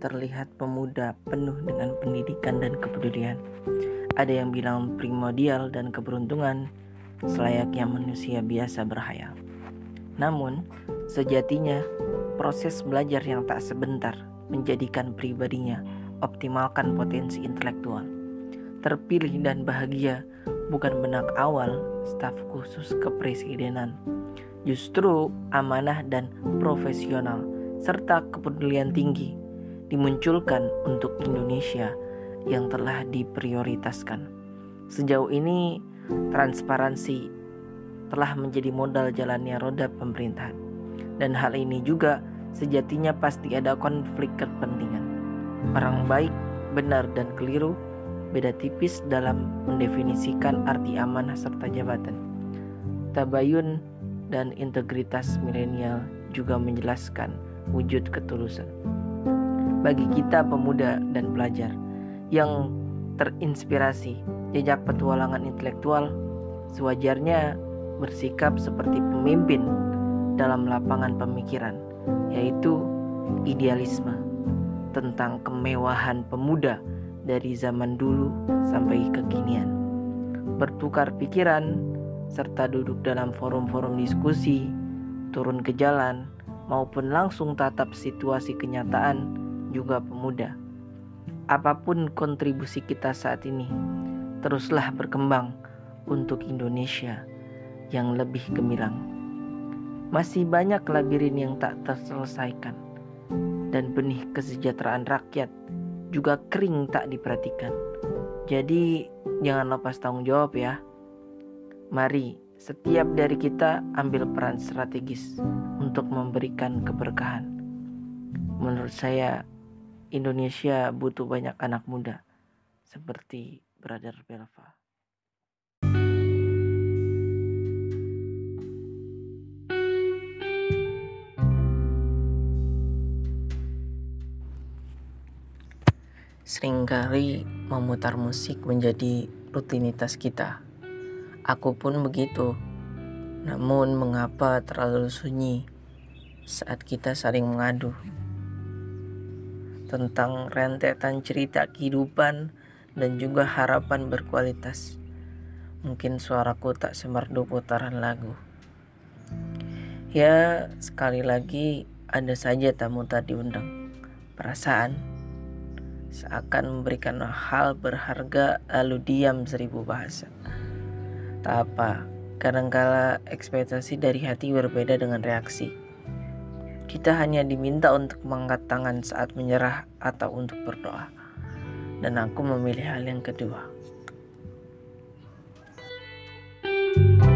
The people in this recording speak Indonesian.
terlihat pemuda penuh dengan pendidikan dan kepedulian. Ada yang bilang primordial dan keberuntungan, selayaknya manusia biasa berhayal. Namun, sejatinya proses belajar yang tak sebentar menjadikan pribadinya optimalkan potensi intelektual. Terpilih dan bahagia bukan benak awal staf khusus kepresidenan. Justru amanah dan profesional serta kepedulian tinggi dimunculkan untuk Indonesia yang telah diprioritaskan. Sejauh ini transparansi telah menjadi modal jalannya roda pemerintahan. Dan hal ini juga sejatinya pasti ada konflik kepentingan. Orang baik, benar, dan keliru beda tipis dalam mendefinisikan arti amanah serta jabatan. Tabayun dan integritas milenial juga menjelaskan wujud ketulusan. Bagi kita pemuda dan pelajar yang terinspirasi jejak petualangan intelektual, sewajarnya bersikap seperti pemimpin dalam lapangan pemikiran, yaitu idealisme tentang kemewahan pemuda dari zaman dulu sampai kekinian. Bertukar pikiran serta duduk dalam forum-forum diskusi, turun ke jalan, maupun langsung tatap situasi kenyataan juga pemuda. Apapun kontribusi kita saat ini, teruslah berkembang untuk Indonesia yang lebih gemilang. Masih banyak labirin yang tak terselesaikan, dan benih kesejahteraan rakyat juga kering tak diperhatikan. Jadi jangan lepas tanggung jawab ya. Mari setiap dari kita ambil peran strategis untuk memberikan keberkahan. Menurut saya Indonesia butuh banyak anak muda seperti Brother Belva. Seringkali memutar musik menjadi rutinitas kita. Aku pun begitu. Namun mengapa terlalu sunyi saat kita saling mengadu tentang rentetan cerita kehidupan dan juga harapan berkualitas. Mungkin suaraku tak semerdu putaran lagu. Ya, sekali lagi ada saja tamu tak diundang. Perasaan seakan memberikan hal berharga lalu diam 1000 bahasa. Tak apa, kadangkala ekspektasi dari hati berbeda dengan reaksi. Kita hanya diminta untuk mengangkat tangan saat menyerah atau untuk berdoa. Dan aku memilih hal yang kedua.